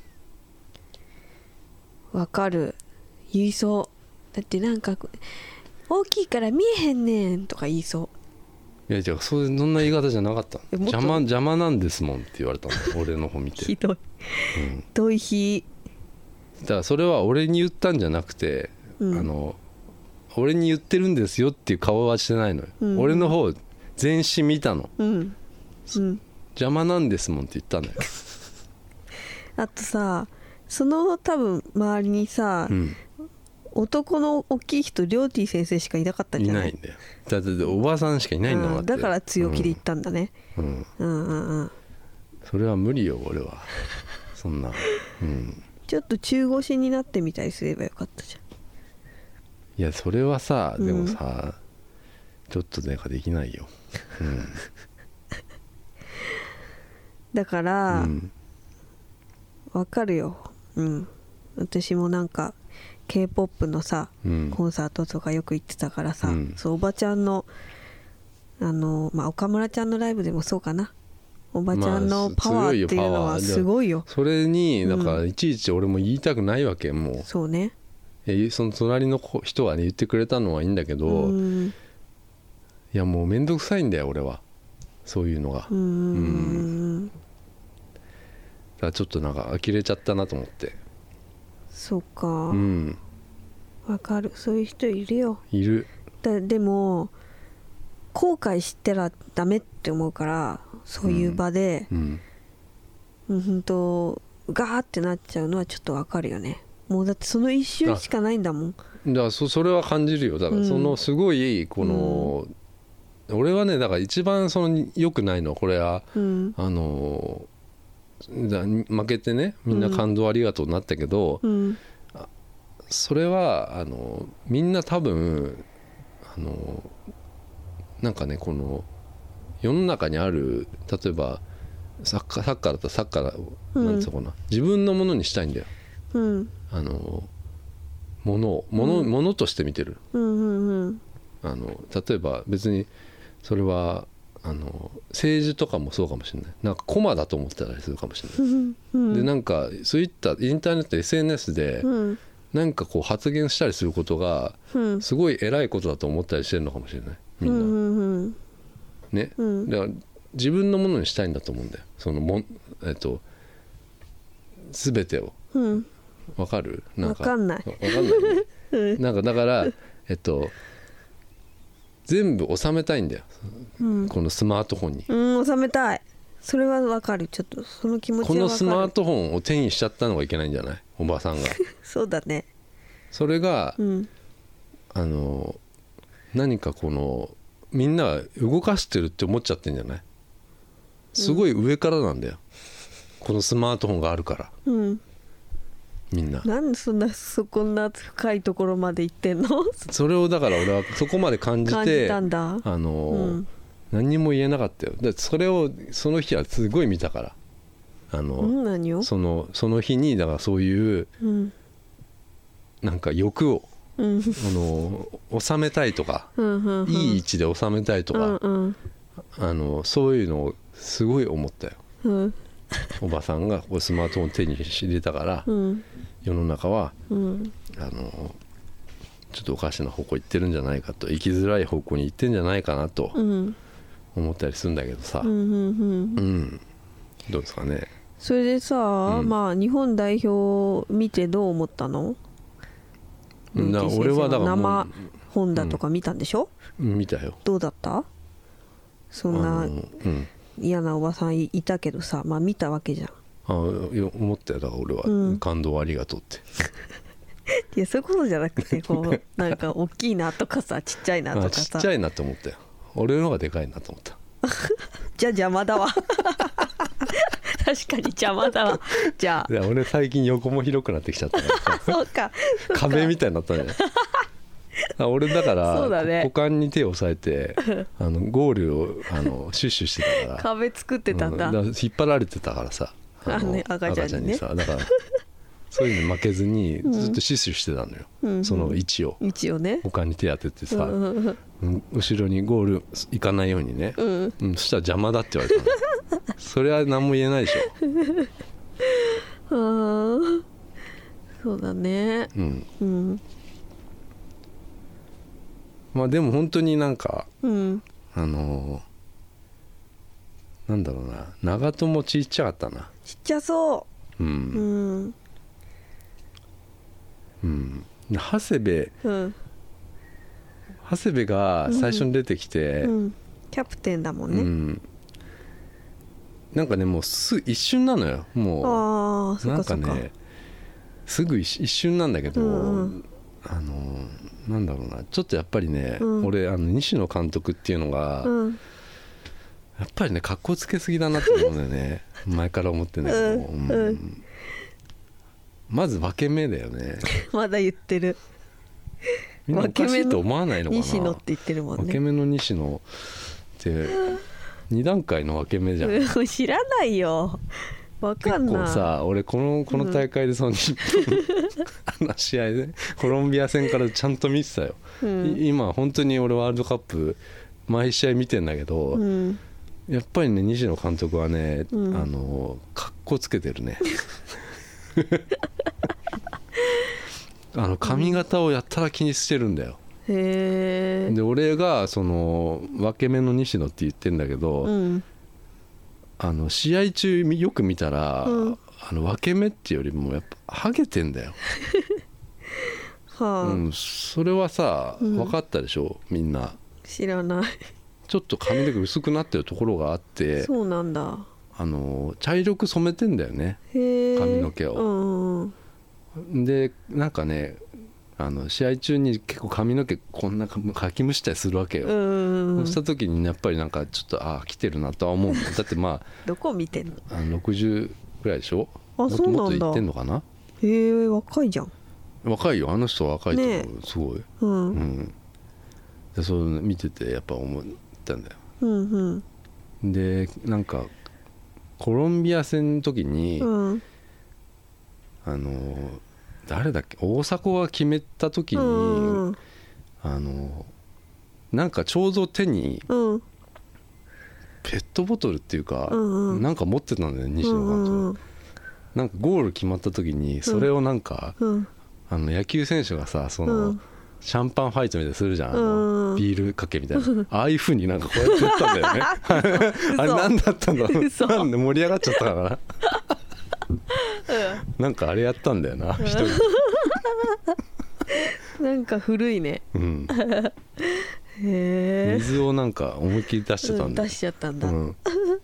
わ、うん、かる言いそうだってなんか大きいから見えへんねんとか言いそういやじゃあそんな言い方じゃなかった邪魔邪魔なんですもんって言われたの俺の方見てひどい、うん、どいひだからそれは俺に言ったんじゃなくて、うん、あの俺に言ってるんですよっていう顔はしてないのよ、うん、俺の方全身見たの、うんうん、邪魔なんですもんって言ったんだよあとさその多分周りにさ、うん男の大きい人りょうてぃ先生しかいなかったんじゃない？ いないんだよだっておばさんしかいないんだもんだから強気で言ったんだね、うん、うんうんうんそれは無理よ俺はそんな、うん、 ちょっと中腰になってみたりすればよかったじゃんいやそれはさでもさ、うん、ちょっとなんかできないよ、うん、 だから、うん、わかるようん私もなんかK-ポップ のさ、うん、コンサートとかよく行ってたからさ、うん、そうおばちゃんのあの、まあ、岡村ちゃんのライブでもそうかなおばちゃんのパワーっていうのはすごいよ、 まあ、それにだからいちいち俺も言いたくないわけもうそうねその隣の人がね言ってくれたのはいいんだけど、うん、いやもうめんどくさいんだよ俺はそういうのが。うん、うん、だからちょっとなんか呆れちゃったなと思って。 そうか、うん、わかる、そういう人いるよ。 いる。 だでも後悔してらダメって思うから、そういう場で、うんうん、本当ガーってなっちゃうのはちょっとわかるよね。もうだってその一瞬しかないんだもん。 だから そ, それは感じるよ。だからそのすごいこの、うん、俺はねだから一番その良くないのこれは、うん、あの負けてねみんな感動ありがとうになったけど、うん、それはあのみんな多分あのなんかねこの世の中にある例えばサッカー、サッカーだったらサッカー、うん、なんつうのかな、自分のものにしたいんだよ、うん、あのものをもの、うん、ものとして見てる、うんうんうん、あの例えば別にそれはあの政治とかもそうかもしれない、なんかコマだと思ってたりするかもしれない、うん、でなんかそういったインターネット エスエヌエス で、うん、なんかこう発言したりすることがすごい偉いことだと思ったりしてるのかもしれないみんな、うんうんうん、ね、うん、だから自分のものにしたいんだと思うんだよそのも、えっと、全てを、うん、わかる？なんかわかんないわかんない、ねうん、なんかだからえっと全部収めたいんだよ、うん、このスマートフォンに、 うん、収めたい。それはわかる。ちょっとその気持ちはわかる。 このスマートフォンを手にしちゃったのがいけないんじゃない？おばさんがそうだね。 それが、うん、あの何かこのみんなが動かしてるって思っちゃってんじゃない？すごい上からなんだよ、うん、このスマートフォンがあるから、うん、みんななんでそんなそこんな深いところまで行ってんの？ それをだから俺はそこまで感じて感じたんだ。 あの、うん、何にも言えなかったよ。でそれをその日はすごい見たからあの、 うん、何を？ そのその日にだからそういう、うん、なんか欲を、うん、あの収めたいとか、うんうんうん、いい位置で収めたいとか、うんうん、あのそういうのをすごい思ったよ、うん、おばさんがスマートフォン手に入れたから、うん、世の中は、うん、あのちょっとおかしな方向行ってるんじゃないかと、生きづらい方向に行ってんじゃないかなと思ったりするんだけどさ、うんうんうんうん、どうですかね。 それでさ、うん、まあ日本代表見てどう思ったの？ な俺はだから生本だとか見たんでしょ？ うん、見たよ。 どうだった？そんな嫌なおばさんいたけどさ、まあ見たわけじゃん。 あ、思ったよ。だから俺は、うん、感動ありがとうっていやそういうことじゃなくてこうなんか大きいなとかさちっちゃいなとかさ、 ちっちゃいなと思ったよ。俺の方がでかいなと思ったじゃあ邪魔だわ確かに邪魔だわ。じゃあいや俺最近横も広くなってきちゃったからさそうか壁みたいになったんじゃない俺だから、ね、股間に手を押さえてあのゴールをあのシュッシュしてたから壁作ってたんだ、 うん、だから引っ張られてたからさあの、ね、赤ちゃんにね、赤ちゃんにさだからそういうの負けずにずっとシュッシュしてたのよ、うん、その位置を位置をね股間に手当ててさ、うんうん、後ろにゴール行かないようにね、うんうん、そしたら邪魔だって言われたのそれは何も言えないでしょあそうだねうん、うん、 まあでも本当になんか、うん、あのー、なんだろうな、長友ちっちゃかったな。 ちっちゃそううんうんうん、長谷部、うん、長谷部が最初に出てきて、うんうん、 キャプテンだもんね、うん、 なんかねもうす一瞬なのよもう。あなんかねすぐ 一, 一瞬なんだけど、うんうん、あのなんだろうな、ちょっとやっぱりね、うん、俺あの西野監督っていうのが、うん、やっぱりね格好つけすぎだなって思うんだよね前から思ってんだけど、うんうん、まず分け目だよねまだ言ってる。 みんなおかしいと思わないのかな。 西野って言ってるもんね。 分け目の西野ってに段階の分け目じゃん知らないよ、分かんない。 結構さ俺この、この大会でその日本の試合でコロンビア戦からちゃんと見てたよ、うん、今本当に俺ワールドカップ毎試合見てんだけど、うん、やっぱりね西野監督はね、うん、あの格好つけてるねあの髪型をやったら気にしてるんだよ。 へえ。 で俺がその分け目の西野って言ってんだけど、うん、あの試合中よく見たら、うん、あの分け目っていうよりもやっぱハゲてんだよ。はあ、うん、それはさ、うん、分かったでしょみんな。 知らない。 ちょっと髪の毛薄くなってるところがあって。 そうなんだ。 あの茶色く染めてんだよね、髪の毛を、うんうん、でなんかねあの試合中に結構髪の毛こんなかきむしたりするわけよ、うんうん、そうした時にやっぱりなんかちょっとああ来てるなとは思うんだ。だってまあどこ見てんの？ あのろくじゅうぐらいでしょ。 あ、そうなんだ。 もっといってんのかな。 へえ、若いじゃん。 若いよ、あの人は若いと思う、ね、すごい、うん、うん、でそう見ててやっぱ思ったんだよ、うんうん、でなんかコロンビア戦の時に、うん、あの誰だっけ大迫が決めた時に、うん、あのなんかちょうど手に、うん、ペットボトルっていうか、うんうん、なんか持ってたんだよ西野監督、うんうん、なんかゴール決まった時にそれをなんか、うん、あの野球選手がさその、うん、シャンパンファイトみたいにするじゃん、あのビールかけみたいな、ああいう風になんかこうやってやったんだよね。あれ何だったんだろう。なんで盛り上がっちゃったかな。なんかあれやったんだよな一人。 なんか古いね、うん、 へえ。水をなんか思いっきり出しちゃったんだ、 うん、出しちゃったんだ、うん、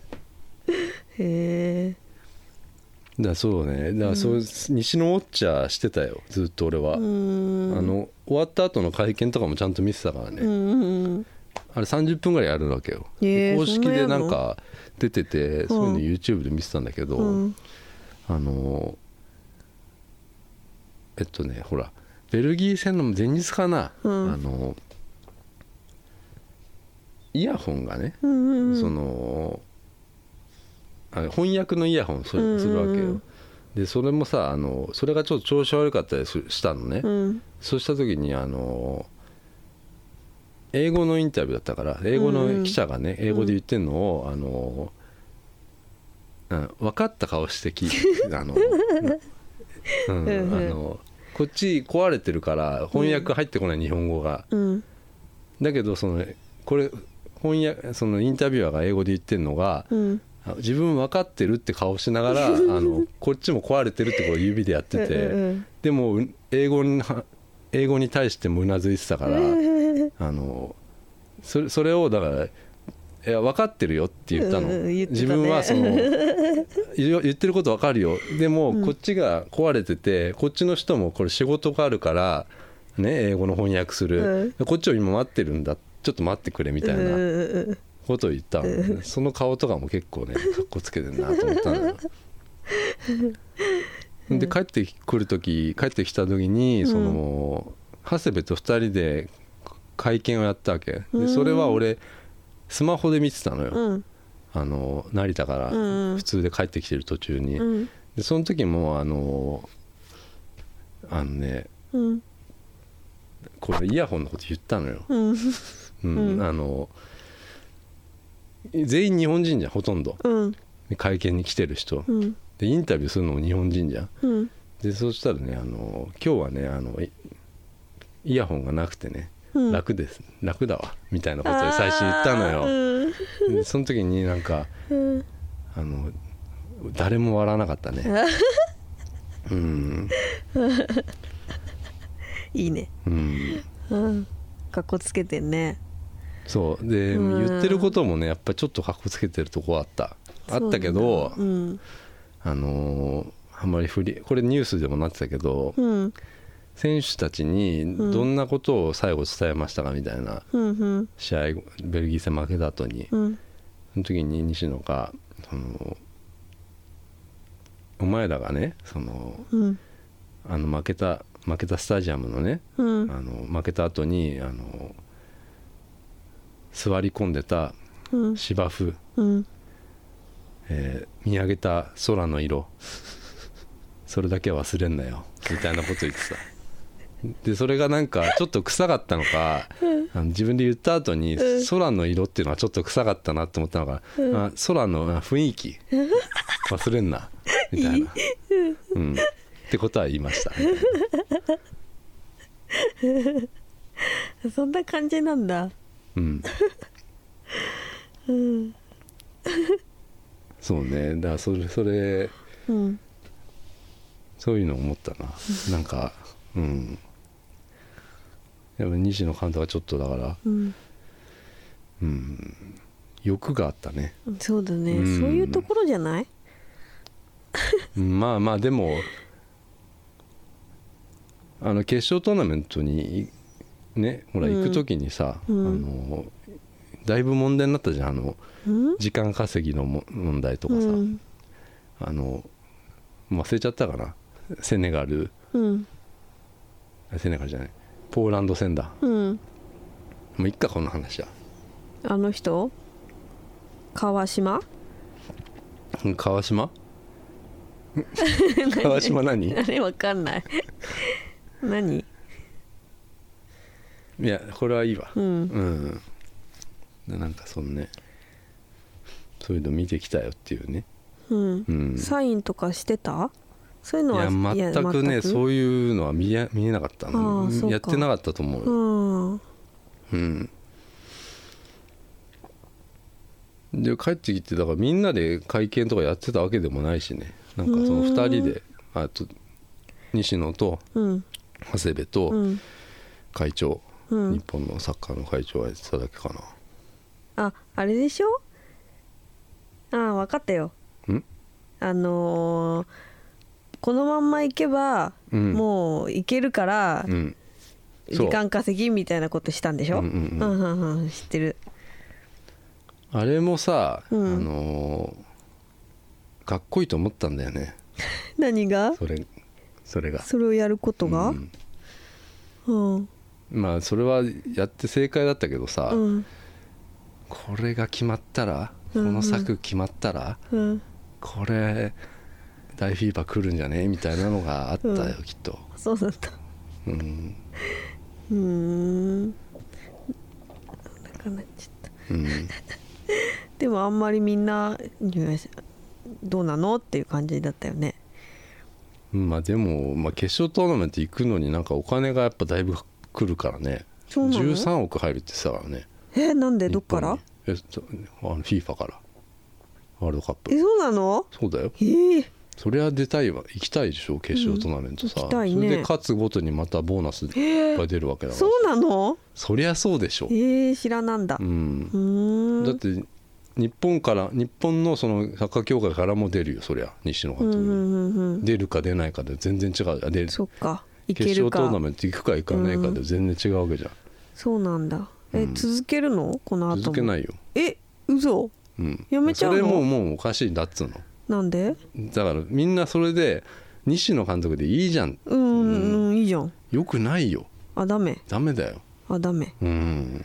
へえ。 だからそうね、だからそう、うん、西のウォッチャーしてたよずっと俺は。あの終わった後の会見とかもちゃんと見てたからね、うんうん、あれさんじゅっぷんぐらいやるわけよ、えー、公式でなんか出ててそういうの YouTube で見てたんだけど、うん、あのえっとねほらベルギー戦の前日かな、うん、あのイヤホンがね、うんうん、その翻訳のイヤホンするわけよ、うんうん、でそれもさあのそれがちょっと調子悪かったりしたのね、うん、そうした時にあの英語のインタビューだったから英語の記者がね、うん、英語で言ってんのをあの、うん、分かった顔して聞いてあの、うんうん、あのこっち壊れてるから翻訳入ってこない、うん、日本語が、うん、だけどそのこれ翻訳そのインタビュアーが英語で言ってんのが、うん、自分分かってるって顔しながらあのこっちも壊れてるってこう指でやっててうん、でも英語に英語に対してもうなずいてたからあの それ、それをだからいや分かってるよって言ったの、うん言ってたね、自分はその言ってること分かるよでもこっちが壊れてて、うん、こっちの人もこれ仕事があるからね英語の翻訳する、うん、こっちを今待ってるんだちょっと待ってくれみたいな、うんことを言ったの、ね、その顔とかも結構ねかっこつけてるなと思ったのよ。で帰ってくる時帰ってきた時に、うん、その長谷部とふたりで会見をやったわけでそれは俺スマホで見てたのよ、うん、あの成田から普通で帰ってきてる途中に、うん、でその時もあのあのね、うん、これイヤホンのこと言ったのよ、うんうん、あの全員日本人じゃんほとんど、うん、会見に来てる人、うん、でインタビューするのも日本人じゃん、うん、でそうしたらねあの今日はねあのイヤホンがなくてね、うん、楽です楽だわみたいなことで最初言ったのよ、うん、でその時になんか、うん、あの誰も笑わなかったねうんいいね、うんうん、かっこつけてんね。 そうで、うん、言ってることもねやっぱりちょっとかっこつけてるとこあったあったけど、うん、あのー、あんまり振りこれニュースでもなってたけど、うん、選手たちにどんなことを最後伝えましたかみたいな、うん、試合ベルギー戦負けた後に、うん、その時に西野がそのお前らがねその、うん、あの負けた負けたスタジアムのね、うん、あの負けた後にあの座り込んでた芝生、うんえー、見上げた空の色それだけは忘れんなよみたいなこと言ってたでそれがなんかちょっと臭かったのかあの自分で言った後に空の色っていうのはちょっと臭かったなって思ったのが、うん、あ空の雰囲気忘れんなみたいな、うん、ってことは言いましたみたいなそんな感じなんだ。 うん、うん、そうね。だからそれそれ、うん、そういうの思ったな。なんか、うん、やっぱ西野監督はちょっとだから、うん、うん、欲があったね。 そうだね、うん、そういうところじゃない？ まあまあでもあの決勝トーナメントにね、ほら行く時にさ、うん、あのだいぶ問題になったじゃん、あの、うん、時間稼ぎのも問題とかさ、うん、あの忘れちゃったかな、セネガル、うん、セネガルじゃない、ポーランド戦だ、うん、もういっかこの話は。 あの人川島川島川島何あれわかんない何。 いやこれはいいわ、うん、うん、なんかそのね、そういうの見てきたよっていうね、 うんうん、サインとかしてた？そういうのは。 いや全くね、そういうのは見え、見えなかったの。やってなかったと思うよ、うんうん、で帰ってきて、だからみんなで会見とかやってたわけでもないしね、なんかそのふたりで、あと西野と長谷部と会長、うん、日本のサッカーの会長がやってただけかな。あ、あれでしょ。ああ、分かったよ。んあのー、このまんまいけば、うん、もういけるから、うん、時間稼ぎみたいなことしたんでしょ。うんうんうんうんうん、知ってる。 あれもさ、うん、あのー、かっこいいと思ったんだよね。 何が？ それ、それがそれをやることが、うんうん、まあそれはやって正解だったけどさ、うん、これが決まったら、この策決まったら、うんうん、これ大フィーバー来るんじゃねみたいなのがあったよ、うん、きっと。 そうだった。うんうーん、なくなっちゃった、うん、でもあんまりみんなどうなのっていう感じだったよね。 まあでも、まあ、決勝トーナメント行くのになんかお金がやっぱだいぶ来るからね。そうなの？じゅうさんおく入るって言ってたからね。 え、なんで？どっから？ え、あの FIFA からワールドカップ。 え、そうなの？ そうだよ。 えー、 そりゃ出たいわ、行きたいでしょ決勝トーナメントさ、うん、行きたいね。それで勝つごとにまたボーナスいっぱい出るわけだから、えー、 そうなの？ そりゃそうでしょ。 えー、知らなんだ、うん、うーん、だって日本から日本のそのサッカー協会からも出るよ、そりゃ西野監督、うんうんうん、出るか出ないかで全然違う。出る、 そっか、行けるか、 決勝トーナメント行くか行かないかで全然違うわけじゃん、うん、 そうなんだ。え、うん、続けるの？この後も続けないよ。 え、嘘、うん、やめちゃうの？ それももうおかしいんだっつうの。 なんで？ だからみんなそれで西野監督でいいじゃん。 うん、うん、いいじゃん。 よくないよ。 あ、ダメ？ ダメだよ。 あ、ダメ。 うん、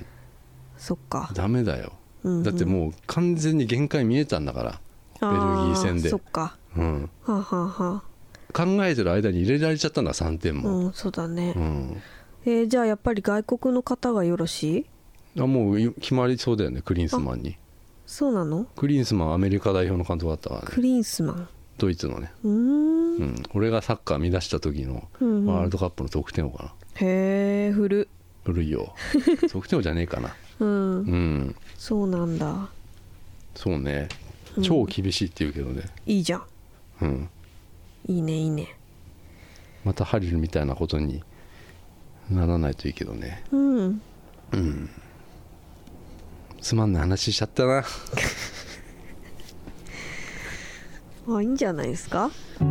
そっか、 ダメだよ、うんうん、だってもう完全に限界見えたんだから、ベルギー戦で。 そっか、うん、はあ、はあはあ、 考えてる間に入れられちゃったんださんてんも、 うん、そうだね、うん、えー、じゃあやっぱり外国の方がよろしい？あ、 もう決まりそうだよね、クリンスマンに。 そうなの？ クリンスマンアメリカ代表の監督だったからね。 クリンスマン、 ドイツのね。うーん、うん、俺がサッカー乱した時のワールドカップの得点王かな、 うんうん、へえ、古古いよ得点王じゃねえかなうん、うん、 そうなんだ。 そうね、超厳しいって言うけどね、 うん、いいじゃん、うん、いいねいいね。 またハリルみたいなことにならないといいけどね。うん、うん、つまんない話しちゃったなあ、いいんじゃないですか、うん、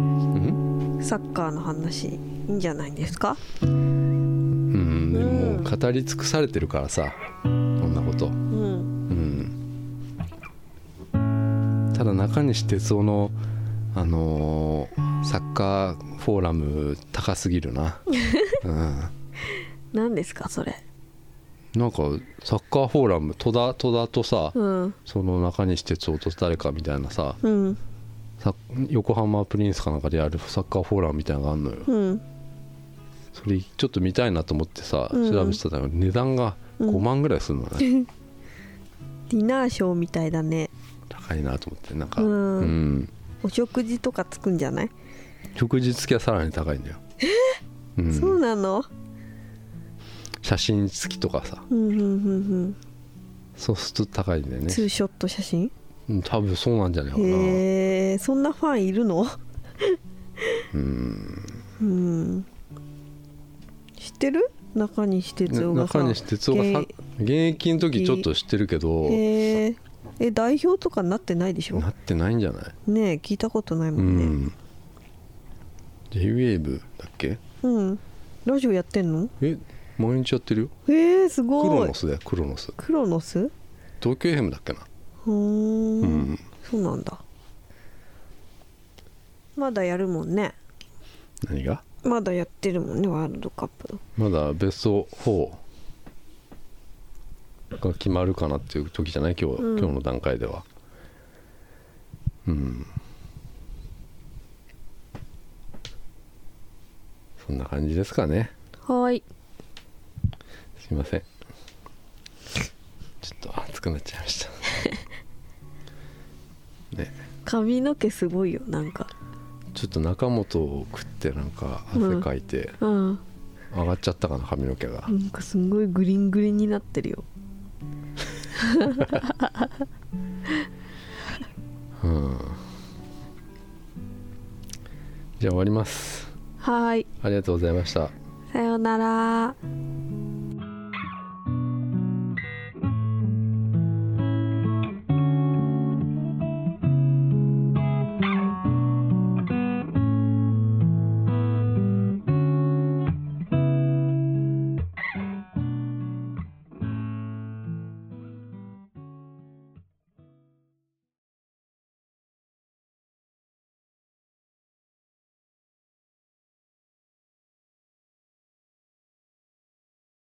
サッカーの話いいんじゃないですか。 うん、でももう語り尽くされてるからさ、こんなこと、うんうん、ただ中西哲生のあのー、サッカーフォーラム高すぎるな、うん、 何ですかそれ。 なんかサッカーフォーラム、戸田戸田とさ、うん、その中西哲生と誰かみたいなさ、うん、さ横浜プリンスかなんかでやるサッカーフォーラムみたいなのがあるのよ、うん、それちょっと見たいなと思ってさ、うん、調べてたら値段がごまんぐらいするのね、うん、 ディナーショーみたいだね。 高いなと思って、なんか、うんうん、 お食事とかつくんじゃない？ 食事付きはさらに高いんだよ。 えーうん、そうなの？ 写真付きとかさ、 うんうんうんうん、 そうすると高いんだよね。 ツーショット写真、 うん、多分そうなんじゃないかな。 へえ、そんなファンいるの？ うーん、 うん、知ってる？中西哲夫がさ、 中西哲夫がさ現役の時ちょっと知ってるけど、 へえ、え代表とかなってないでしょ？ なってないんじゃない？ ねえ、聞いたことないもんね。うん、 ジェイウェーブだっけ？ うん、ラジオやってんの？ え、毎日やってるよ。 えー、すごい。 クロノスだよ、クロノス。 クロノス？ 東京 エフエム だっけな。 ふーん、 うん、 そうなんだ。まだやるもんね。 何が？ まだやってるもんね、ワールドカップ。 まだベストフォーが決まるかなっていう時じゃない今日、うん、今日の段階では。うん、そんな感じですかね。 はい、 すいません、ちょっと熱くなっちゃいましたね。 髪の毛すごいよ、なんかちょっと中本を食ってなんか汗かいて、 うんうん、 上がっちゃったかな、髪の毛が。 なんかすごいグリングリンになってるようん、じゃあ終わります。 はい、 ありがとうございました。 さようなら。